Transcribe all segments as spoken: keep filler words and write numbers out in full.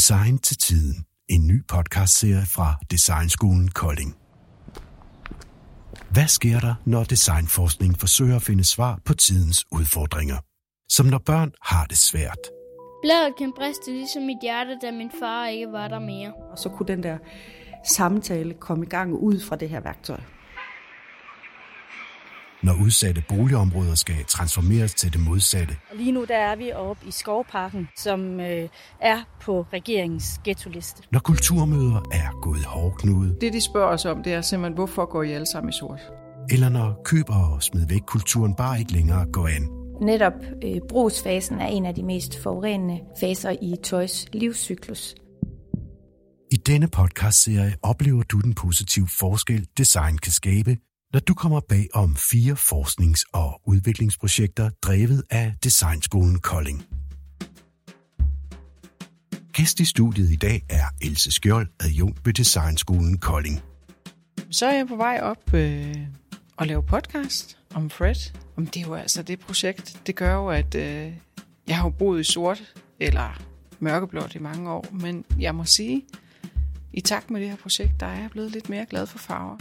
Design til tiden. En ny podcastserie fra Designskolen Kolding. Hvad sker der, når designforskning forsøger at finde svar på tidens udfordringer? Som når børn har det svært. Bladet kan briste ligesom mit hjerte, da min far ikke var der mere. Og så kunne den der samtale komme i gang ud fra det her værktøj. Når udsatte boligområder skal transformeres til det modsatte. Og lige nu der er vi oppe i Skovparken, som øh, er på regeringens ghettoliste. Når kulturmøder er gået i hårdknude. Det, de spørger os om, det er simpelthen, hvorfor går I alle sammen i sort? Eller når køb og smid væk kulturen bare ikke længere går an. Netop øh, brugsfasen er en af de mest forurenende faser i tøjs livscyklus. I denne podcastserie oplever du den positive forskel, design kan skabe, når du kommer bag om fire forsknings- og udviklingsprojekter drevet af Designskolen Kolding. Gæst i studiet i dag er Else Skjold, adjunkt ved Designskolen Kolding. Så er jeg på vej op øh, og lave podcast om Fred. Om det er jo altså det projekt. Det gør jo, at øh, jeg har boet i sort eller mørkeblåt i mange år. Men jeg må sige, i takt med det her projekt, der er jeg blevet lidt mere glad for farver.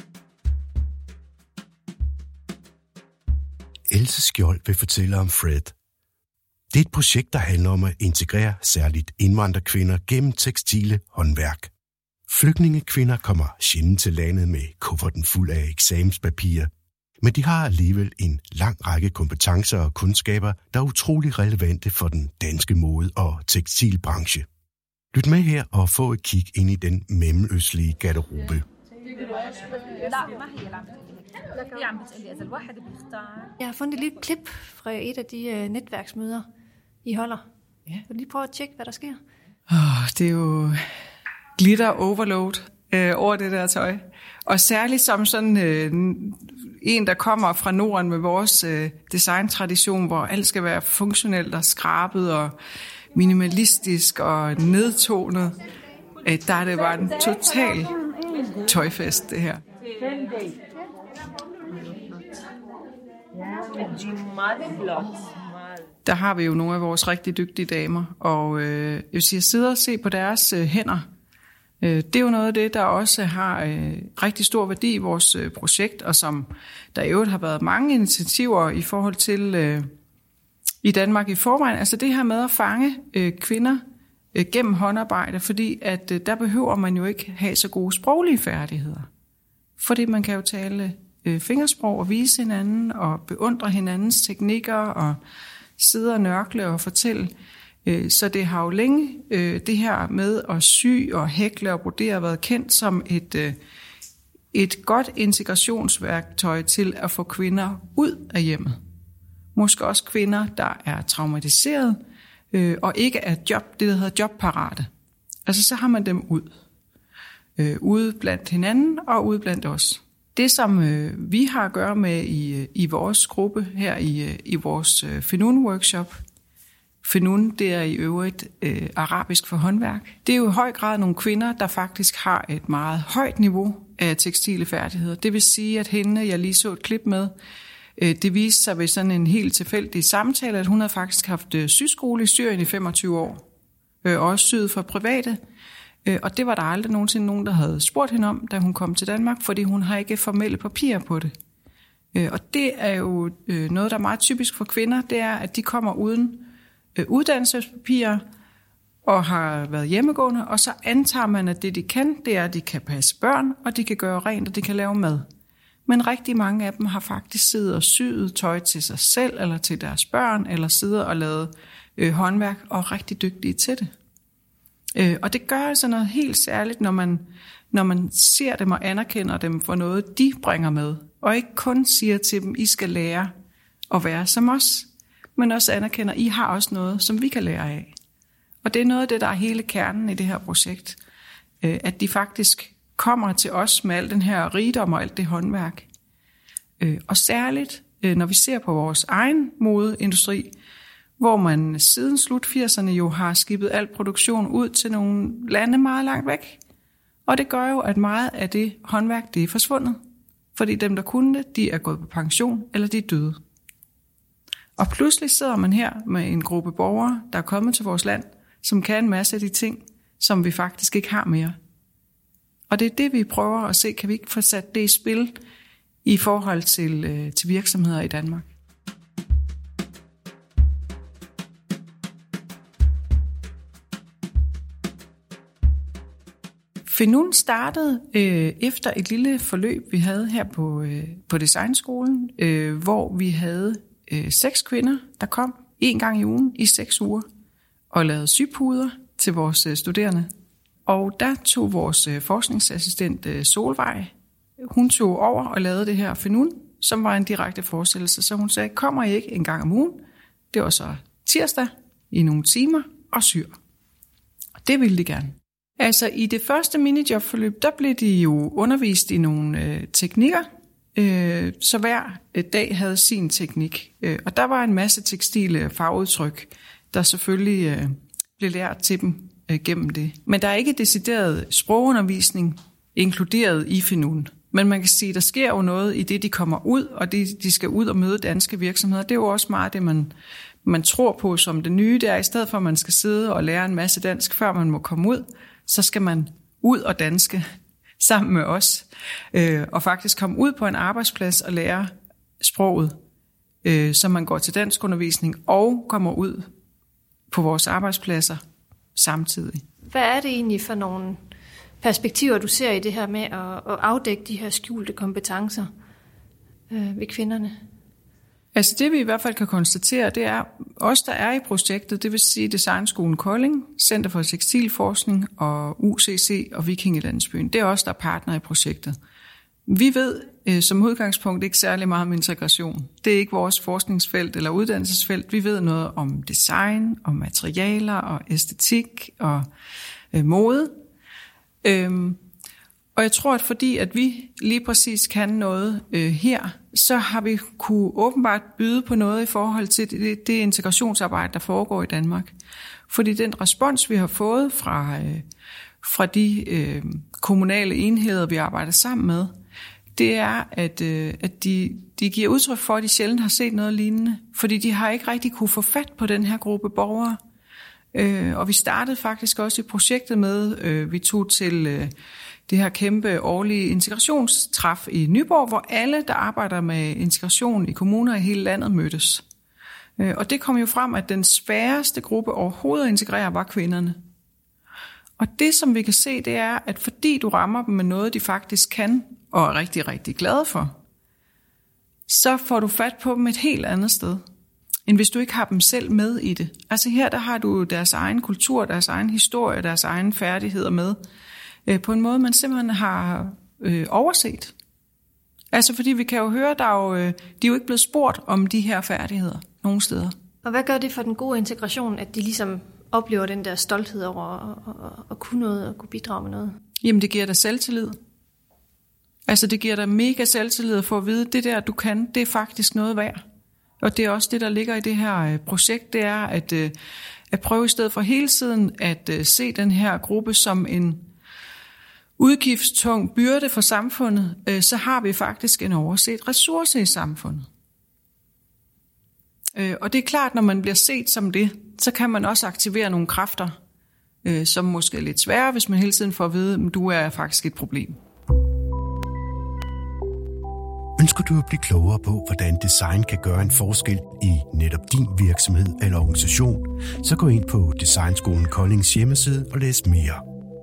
Else Skjold vil fortælle om Fred. Det er et projekt, der handler om at integrere særligt indvandrerkvinder gennem tekstile håndværk. Flygtningekvinder kommer sjældent til landet med kufferten fuld af eksamenspapirer, men de har alligevel en lang række kompetencer og kundskaber, der er utrolig relevante for den danske mode- og tekstilbranche. Lyt med her og få et kig ind i den mellemøstlige garderobe. Jeg har fundet et lille klip fra et af de uh, netværksmøder, I holder. Ja. Jeg vil lige prøve at tjekke, hvad der sker. Oh, det er jo glitter overload øh, over det der tøj. Og særligt som sådan øh, en, der kommer fra Norden med vores øh, designtradition, hvor alt skal være funktionelt og skrabet og minimalistisk og nedtonet. Øh, der er det bare en total tøjfest, det her. Der har vi jo nogle af vores rigtig dygtige damer, og øh, jeg vil sige, at sidde og se på deres øh, hænder, øh, det er jo noget af det, der også har øh, rigtig stor værdi i vores øh, projekt, og som der i øvrigt har været mange initiativer i forhold til øh, i Danmark i forvejen. Altså det her med at fange øh, kvinder øh, gennem håndarbejde, fordi at øh, der behøver man jo ikke have så gode sproglige færdigheder. Fordi man kan jo tale øh, fingersprog og vise hinanden og beundre hinandens teknikker og sidde og nørkle og fortælle. Øh, så det har jo længe øh, det her med at sy og hækle og brodere været kendt som et, øh, et godt integrationsværktøj til at få kvinder ud af hjemmet. Måske også kvinder, der er traumatiseret øh, og ikke er job, det der hedder jobparate. Altså så har man dem ud. Øh, ude blandt hinanden og ude blandt os. Det, som øh, vi har at gøre med i, i vores gruppe her i, i vores øh, Fenun-workshop. Fenun, det er i øvrigt øh, arabisk for håndværk. Det er jo i høj grad nogle kvinder, der faktisk har et meget højt niveau af tekstile færdigheder. Det vil sige, at hende, jeg lige så et klip med, øh, det viste sig ved sådan en helt tilfældig samtale, at hun havde faktisk haft øh, syskole i Syrien i femogtyve år. Øh, også syet for private. Og det var der aldrig nogensinde nogen, der havde spurgt hende om, da hun kom til Danmark, fordi hun har ikke formelle papirer på det. Og det er jo noget, der er meget typisk for kvinder, det er, at de kommer uden uddannelsespapirer og har været hjemmegående, og så antager man, at det de kan, det er, at de kan passe børn, og de kan gøre rent, og de kan lave mad. Men rigtig mange af dem har faktisk siddet og syet tøj til sig selv, eller til deres børn, eller siddet og lavet øh, håndværk, og er rigtig dygtige til det. Øh, og det gør altså noget helt særligt, når man, når man ser dem og anerkender dem for noget, de bringer med. Og ikke kun siger til dem, I skal lære at være som os, men også anerkender, I har også noget, som vi kan lære af. Og det er noget af det, der er hele kernen i det her projekt. Øh, at de faktisk kommer til os med al den her rigdom og alt det håndværk. Øh, og særligt, øh, når vi ser på vores egen modeindustri, hvor man siden slut firserne jo har skibet al produktion ud til nogle lande meget langt væk. Og det gør jo, at meget af det håndværk, det er forsvundet. Fordi dem, der kunne det, de er gået på pension, eller de er døde. Og pludselig sidder man her med en gruppe borgere, der er kommet til vores land, som kan en masse af de ting, som vi faktisk ikke har mere. Og det er det, vi prøver at se, kan vi ikke få sat det i spil i forhold til, øh, til virksomheder i Danmark. Finun startede øh, efter et lille forløb, vi havde her på, øh, på Designskolen, øh, hvor vi havde øh, seks kvinder, der kom en gang i ugen i seks uger og lavede sypuder til vores øh, studerende. Og der tog vores øh, forskningsassistent øh, Solvej, hun tog over og lavede det her Finun, som var en direkte forestillelse. Så hun sagde, kommer I ikke en gang om ugen? Det var så tirsdag i nogle timer og syr. Og det ville de gerne. Altså i det første minijobforløb, der blev de jo undervist i nogle øh, teknikker, øh, så hver dag havde sin teknik. Øh, og der var en masse tekstile fagudtryk, der selvfølgelig øh, blev lært til dem øh, gennem det. Men der er ikke decideret sprogundervisning inkluderet i Finun. Men man kan sige, at der sker jo noget i det, de kommer ud, og det, de skal ud og møde danske virksomheder. Det er jo også meget det, man, man tror på som det nye. Det er i stedet for, at man skal sidde og lære en masse dansk, før man må komme ud, så skal man ud og danske sammen med os, øh, og faktisk komme ud på en arbejdsplads og lære sproget, øh, så man går til danskundervisning og kommer ud på vores arbejdspladser samtidig. Hvad er det egentlig for nogle perspektiver, du ser i det her med at, at afdække de her skjulte kompetencer øh, ved kvinderne? Altså det vi i hvert fald kan konstatere, det er os, der er i projektet, det vil sige Designskolen Kolding, Center for Tekstilforskning og U C C og Vikingelandsbyen. Det er os, der er partner i projektet. Vi ved øh, som udgangspunkt ikke særlig meget om integration. Det er ikke vores forskningsfelt eller uddannelsesfelt. Vi ved noget om design, om materialer og æstetik og øh, mode. Øhm, og jeg tror, at fordi at vi lige præcis kan noget øh, her, så har vi kunne åbenbart byde på noget i forhold til det, det integrationsarbejde, der foregår i Danmark. Fordi den respons, vi har fået fra, øh, fra de øh, kommunale enheder, vi arbejder sammen med, det er, at, øh, at de, de giver udtryk for, at de sjældent har set noget lignende. Fordi de har ikke rigtig kunne få fat på den her gruppe borgere. Øh, og vi startede faktisk også i projektet med, øh, vi tog til øh, det her kæmpe årlige integrationstræf i Nyborg, hvor alle, der arbejder med integration i kommuner i hele landet, mødtes. Øh, og det kom jo frem, at den sværeste gruppe overhovedet at integrere var kvinderne. Og det, som vi kan se, det er, at fordi du rammer dem med noget, de faktisk kan, og er rigtig, rigtig glade for, så får du fat på dem et helt andet sted, end hvis du ikke har dem selv med i det. Altså her, der har du deres egen kultur, deres egen historie, deres egen færdigheder med, øh, på en måde, man simpelthen har øh, overset. Altså fordi vi kan jo høre, der er jo, øh, de er jo ikke blevet spurgt om de her færdigheder nogen steder. Og hvad gør det for den gode integration, at de ligesom oplever den der stolthed over at, at, at kunne noget og kunne bidrage med noget? Jamen det giver dig selvtillid. Altså det giver dig mega selvtillid at få at vide, det der du kan, det er faktisk noget værd. Og det er også det, der ligger i det her projekt, det er at, at prøve i stedet for hele tiden at se den her gruppe som en udgiftstung byrde for samfundet, så har vi faktisk en overset ressource i samfundet. Og det er klart, når man bliver set som det, så kan man også aktivere nogle kræfter, som måske er lidt svære, hvis man hele tiden får at vide, at du er faktisk et problem. Ønsker du at blive klogere på, hvordan design kan gøre en forskel i netop din virksomhed eller organisation, så gå ind på Designskolen Koldings hjemmeside og læs mere.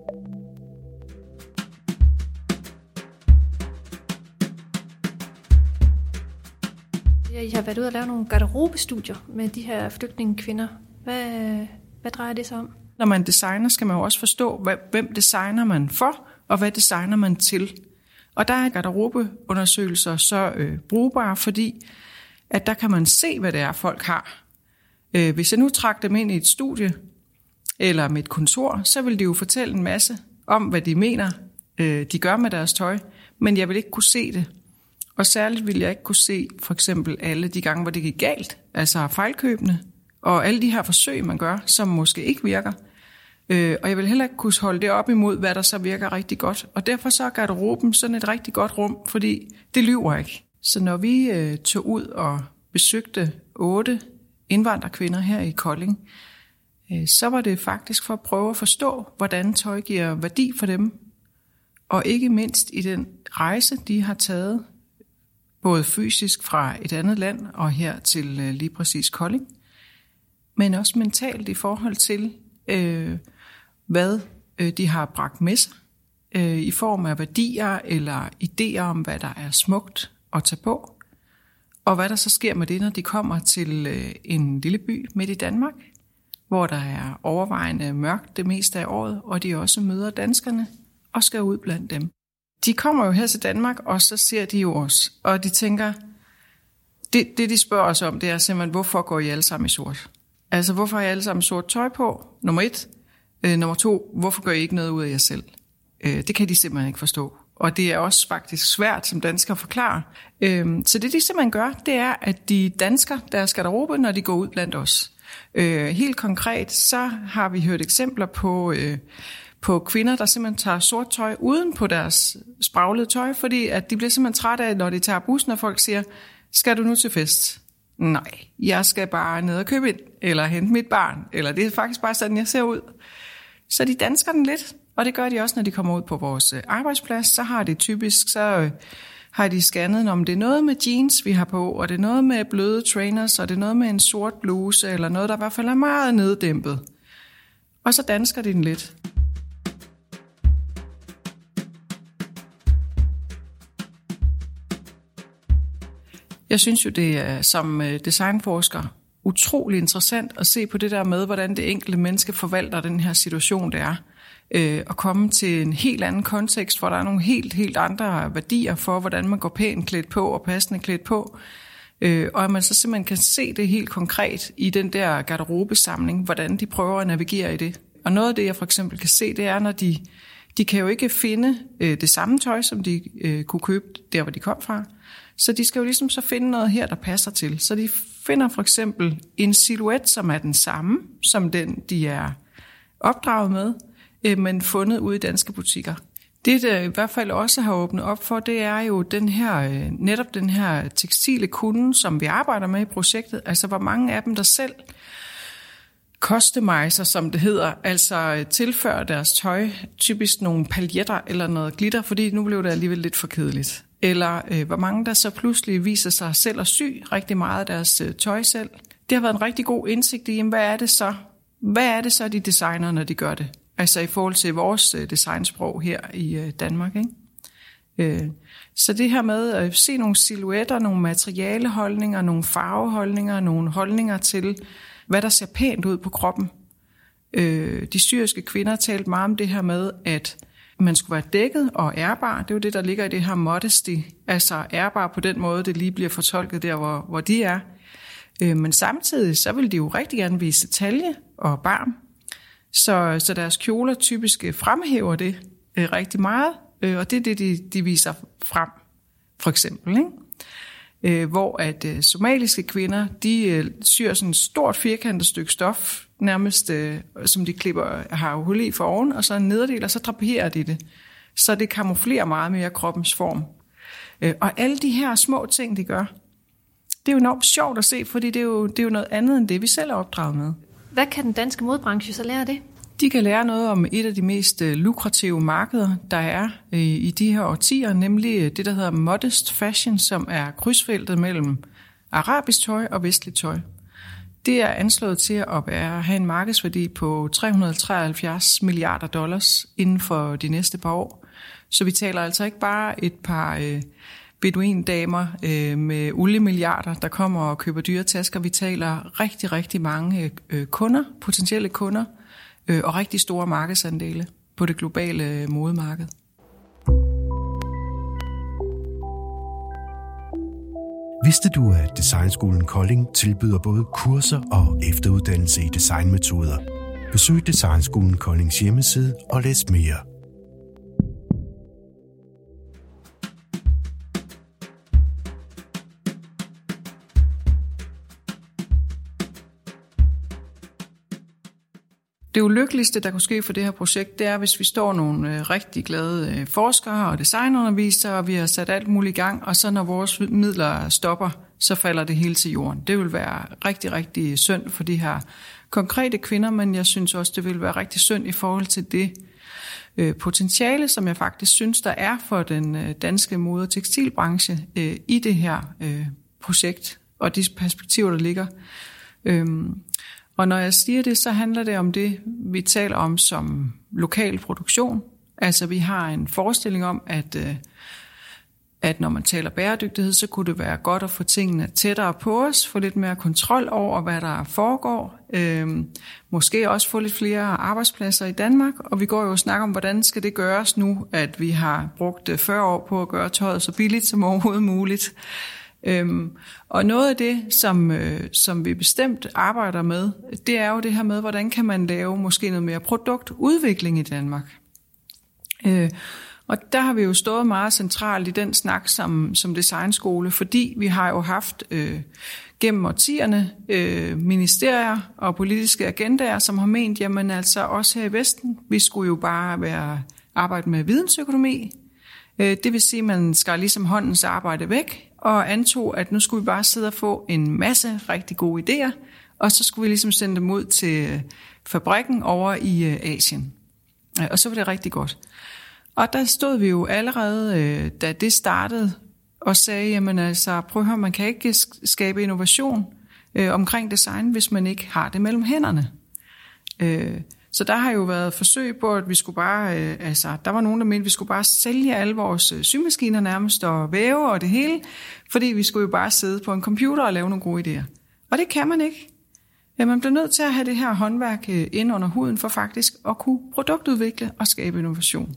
I har været ude og lave nogle garderobestudier med de her flygtningekvinder. Hvad, hvad drejer det sig om? Når man designer, skal man jo også forstå, hvem designer man for, og hvad designer man til. Og der er garderobeundersøgelser så øh, brugbare, fordi at der kan man se, hvad det er, folk har. Øh, hvis jeg nu trak dem ind i et studie eller med et kontor, så vil de jo fortælle en masse om, hvad de mener, øh, de gør med deres tøj, men jeg vil ikke kunne se det. Og særligt vil jeg ikke kunne se for eksempel alle de gange, hvor det gik galt, altså fejlkøbende, og alle de her forsøg, man gør, som måske ikke virker. Øh, og jeg vil heller ikke kunne holde det op imod, hvad der så virker rigtig godt. Og derfor så er garderoben sådan et rigtig godt rum, fordi det lyver ikke. Så når vi øh, tog ud og besøgte otte indvandrerkvinder her i Kolding, så var det faktisk for at prøve at forstå, hvordan tøj giver værdi for dem, og ikke mindst i den rejse, de har taget, både fysisk fra et andet land og her til lige præcis Kolding, men også mentalt i forhold til, øh, hvad øh, de har bragt med sig, øh, i form af værdier eller idéer om, hvad der er smukt at tage på, og hvad der så sker med det, når de kommer til øh, en lille by midt i Danmark, hvor der er overvejende mørkt det meste af året, og de også møder danskerne og skal ud blandt dem. De kommer jo her til Danmark, og så ser de jo os, og de tænker, det, det de spørger os om, det er simpelthen, hvorfor går I alle sammen i sort? Altså, hvorfor har I alle sammen sort tøj på? Nummer et. Øh, nummer to, hvorfor gør I ikke noget ud af jer selv? Øh, det kan de simpelthen ikke forstå. Og det er også faktisk svært som danskere at forklare. Øh, så det de simpelthen gør, det er, at de dansker deres garderobe, når de går ud blandt os. Øh, helt konkret, så har vi hørt eksempler på, øh, på kvinder, der simpelthen tager sort tøj uden på deres spraglede tøj, fordi at de bliver simpelthen trætte af, når de tager bussen, og folk siger, skal du nu til fest? Nej, jeg skal bare ned og købe ind, eller hente mit barn, eller det er faktisk bare sådan, jeg ser ud. Så de dansker den lidt, og det gør de også, når de kommer ud på vores arbejdsplads. Så har det typisk, så har de scannet, om det er noget med jeans, vi har på, og det er noget med bløde trainers, og det er noget med en sort bluse, eller noget, der i hvert fald er meget neddæmpet. Og så dansker de den lidt. Jeg synes jo, det er som designforsker utrolig interessant at se på det der med, hvordan det enkelte menneske forvalter den her situation, det er. At komme til en helt anden kontekst, hvor der er nogle helt, helt andre værdier for, hvordan man går pænt klædt på og passende klædt på. Og at man så simpelthen kan se det helt konkret i den der garderobesamling, hvordan de prøver at navigere i det. Og noget af det, jeg for eksempel kan se, det er, når de, de kan jo ikke finde det samme tøj, som de kunne købe der, hvor de kom fra. Så de skal jo ligesom så finde noget her, der passer til. Så de finder for eksempel en silhuet, som er den samme, som den, de er opdraget med, men fundet ude i danske butikker. Det, der i hvert fald også har åbnet op for, det er jo den her, netop den her tekstile kunde, som vi arbejder med i projektet. Altså, hvor mange af dem, der selv customizer, som det hedder, altså tilfører deres tøj, typisk nogle paljetter eller noget glitter, fordi nu blev det alligevel lidt for kedeligt. Eller øh, hvor mange der så pludselig viser sig selv at sy rigtig meget af deres øh, tøj selv. Det har været en rigtig god indsigt i, jamen, hvad er det så? Hvad er det så, de designer, når de gør det? Altså i forhold til vores øh, designsprog her i øh, Danmark, ikke? Øh, så det her med at se nogle silhuetter, nogle materialeholdninger, nogle farveholdninger, nogle holdninger til, hvad der ser pænt ud på kroppen. Øh, de syriske kvinder talte meget om det her med, at man skulle være dækket og ærbar. Det er jo det, der ligger i det her modesty. Altså ærbar på den måde, det lige bliver fortolket der, hvor, hvor de er. Øh, men samtidig, så vil de jo rigtig gerne vise talje og barm. Så, så deres kjoler typisk fremhæver det øh, rigtig meget. Øh, og det er det, de, de viser frem, for eksempel. Ikke? Øh, hvor at øh, somaliske kvinder, de øh, syr sådan et stort firkantet stykke stof, nærmest øh, som de klipper, har hul i for oven, og så en nederdel, og så draperer de det. Så det kamuflerer meget mere kroppens form. Øh, og alle de her små ting, de gør, det er jo enormt sjovt at se, fordi det er jo, det er jo noget andet, end det vi selv er opdraget med. Hvad kan den danske modebranche så lære af det? De kan lære noget om et af de mest lukrative markeder, der er i de her årtier, nemlig det, der hedder modest fashion, som er krydsfeltet mellem arabisk tøj og vestligt tøj. Det er anslået til at være, have en markedsværdi på tre hundrede og treoghalvfjerds milliarder dollars inden for de næste par år. Så vi taler altså ikke bare et par øh, beduindamer øh, med oliemilliarder, der kommer og køber dyre tasker. Vi taler rigtig, rigtig mange øh, kunder, potentielle kunder, øh, og rigtig store markedsandele på det globale modemarked. Vidste du, at Designskolen Kolding tilbyder både kurser og efteruddannelse i designmetoder? Besøg Designskolen Koldings hjemmeside og læs mere. Det ulykkeligste, der kunne ske for det her projekt, det er, hvis vi står nogle øh, rigtig glade øh, forskere og designundervisere, og vi har sat alt muligt i gang, og så når vores midler stopper, så falder det hele til jorden. Det vil være rigtig, rigtig synd for de her konkrete kvinder, men jeg synes også, det vil være rigtig synd i forhold til det øh, potentiale, som jeg faktisk synes, der er for den øh, danske mode- og tekstilbranche øh, i det her øh, projekt og de perspektiver, der ligger. Øhm, og når jeg siger det, så handler det om det, vi taler om som lokal produktion. Altså vi har en forestilling om, at, øh, at når man taler bæredygtighed, så kunne det være godt at få tingene tættere på os, få lidt mere kontrol over, hvad der foregår. Øhm, måske også få lidt flere arbejdspladser i Danmark, og vi går jo og snakker om, hvordan skal det gøres nu, at vi har brugt fyrre år på at gøre tøjet så billigt som overhovedet muligt. Øhm, og noget af det, som, øh, som vi bestemt arbejder med, det er jo det her med, hvordan kan man lave måske noget mere produktudvikling i Danmark. Øh, og der har vi jo stået meget centralt i den snak som, som designskole, fordi vi har jo haft øh, gennem årtierne øh, ministerier og politiske agendaer, som har ment, jamen altså også her i Vesten, vi skulle jo bare være arbejde med vidensøkonomi. Øh, det vil sige, at man skal ligesom håndens arbejde væk, og antog, at nu skulle vi bare sidde og få en masse rigtig gode idéer, og så skulle vi ligesom sende dem ud til fabrikken over i Asien. Og så var det rigtig godt. Og der stod vi jo allerede, da det startede, og sagde, jamen altså, prøv at høre, man kan ikke skabe innovation øh, omkring design, hvis man ikke har det mellem hænderne. Øh, så der har jo været forsøg på, at vi skulle bare, øh, altså, der var nogen, der mente, at vi skulle bare sælge alle vores øh, symaskiner nærmest, og væve og det hele, fordi vi skulle jo bare sidde på en computer og lave nogle gode idéer. Og det kan man ikke. Ja, man bliver nødt til at have det her håndværk øh, ind under huden, for faktisk at kunne produktudvikle og skabe innovation.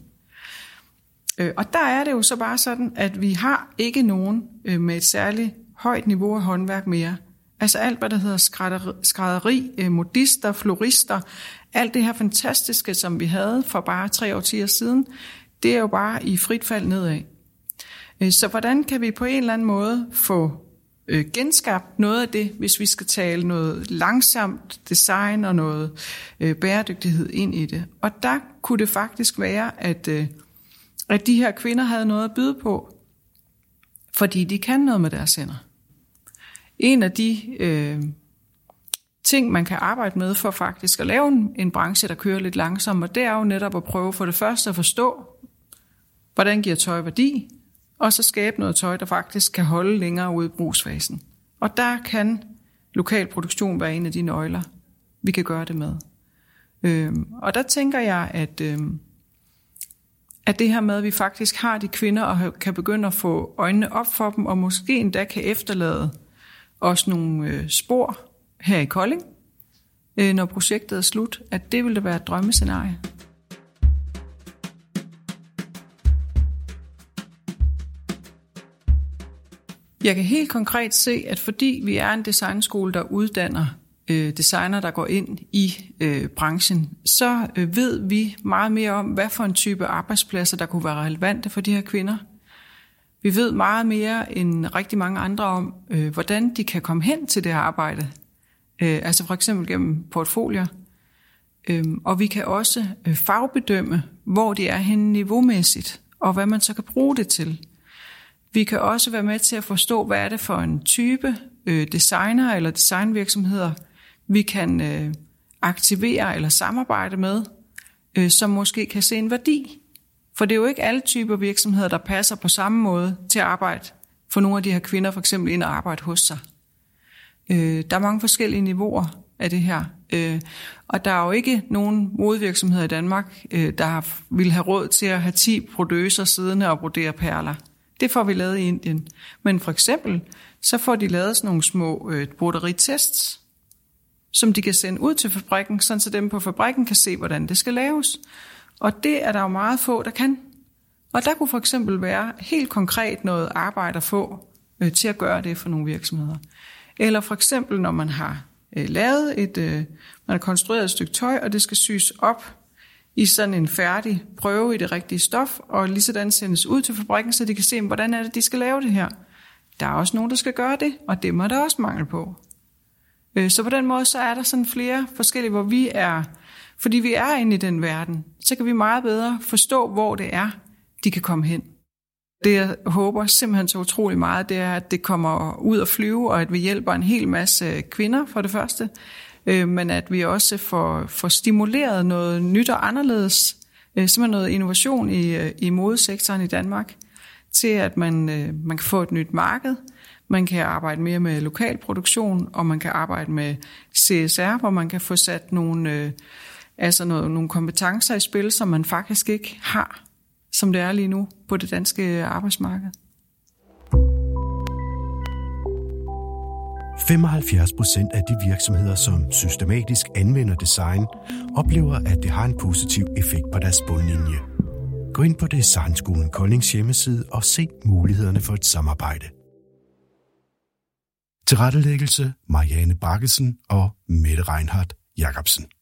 Øh, og der er det jo så bare sådan, at vi har ikke nogen øh, med et særligt højt niveau af håndværk mere. Altså alt, hvad der hedder skrædderi, skrædderi øh, modister, florister, alt det her fantastiske, som vi havde for bare tre årtier siden, det er jo bare i frit fald nedad. Øh, så hvordan kan vi på en eller anden måde få øh, genskabt noget af det, hvis vi skal tale noget langsomt design og noget øh, bæredygtighed ind i det? Og der kunne det faktisk være, at, øh, at de her kvinder havde noget at byde på, fordi de kan noget med deres hænder. En af de øh, ting, man kan arbejde med for faktisk at lave en, en branche, der kører lidt langsomt, det er jo netop at prøve for det første at forstå, hvordan giver tøj værdi, og så skabe noget tøj, der faktisk kan holde længere ude i brugsfasen. Og der kan lokal produktion være en af de nøgler, vi kan gøre det med. Øh, og der tænker jeg, at, øh, at det her med, at vi faktisk har de kvinder, og kan begynde at få øjnene op for dem, og måske endda kan efterlade også nogle øh, spor her i Kolding, øh, når projektet er slut, at det ville være et drømmescenarie. Jeg kan helt konkret se, at fordi vi er en designskole, der uddanner øh, designer, der går ind i øh, branchen, så øh, ved vi meget mere om, hvad for en type arbejdspladser, der kunne være relevante for de her kvinder. Vi ved meget mere end rigtig mange andre om, øh, hvordan de kan komme hen til det her arbejde. Øh, altså for eksempel gennem portfolier. Øh, og vi kan også øh, fagbedømme, hvor de er henne niveaumæssigt, og hvad man så kan bruge det til. Vi kan også være med til at forstå, hvad er det for en type øh, designer eller designvirksomheder, vi kan øh, aktivere eller samarbejde med, øh, som måske kan se en værdi. For det er jo ikke alle typer virksomheder, der passer på samme måde til at arbejde for nogle af de her kvinder, for eksempel ind og arbejde hos sig. Øh, der er mange forskellige niveauer af det her. Øh, og der er jo ikke nogen modevirksomheder i Danmark, øh, der vil have råd til at have ti brodøser siddende og brodere perler. Det får vi lavet i Indien. Men for eksempel, så får de lavet sådan nogle små øh, broderitests, som de kan sende ud til fabrikken, sådan så dem på fabrikken kan se, hvordan det skal laves. Og det er der jo meget få, der kan. Og der kunne for eksempel være helt konkret noget arbejde at få øh, til at gøre det for nogle virksomheder. Eller for eksempel, når man har øh, lavet et, øh, man har konstrueret et stykke tøj, og det skal sys op i sådan en færdig prøve i det rigtige stof, og lige sådan sendes ud til fabrikken, så de kan se, hvordan er det, de skal lave det her. Der er også nogen, der skal gøre det, og det må der også mangel på. Øh, så på den måde, så er der sådan flere forskellige, hvor vi er, fordi vi er inde i den verden, så kan vi meget bedre forstå, hvor det er, de kan komme hen. Det jeg håber simpelthen så utrolig meget, det er, at det kommer ud at flyve, og at vi hjælper en hel masse kvinder for det første, øh, men at vi også får, får stimuleret noget nyt og anderledes, øh, simpelthen noget innovation i, i modesektoren i Danmark, til at man, øh, man kan få et nyt marked, man kan arbejde mere med lokal produktion, og man kan arbejde med C S R, hvor man kan få sat nogle, øh, altså noget, nogle kompetencer i spil, som man faktisk ikke har, som det er lige nu på det danske arbejdsmarked. femoghalvfjerds procent af de virksomheder, som systematisk anvender design, oplever, at det har en positiv effekt på deres bundlinje. Gå ind på Designskolen Koldings hjemmeside og se mulighederne for et samarbejde. Tilrettelæggelse Marianne Bakkesen og Mette Reinhardt Jacobsen.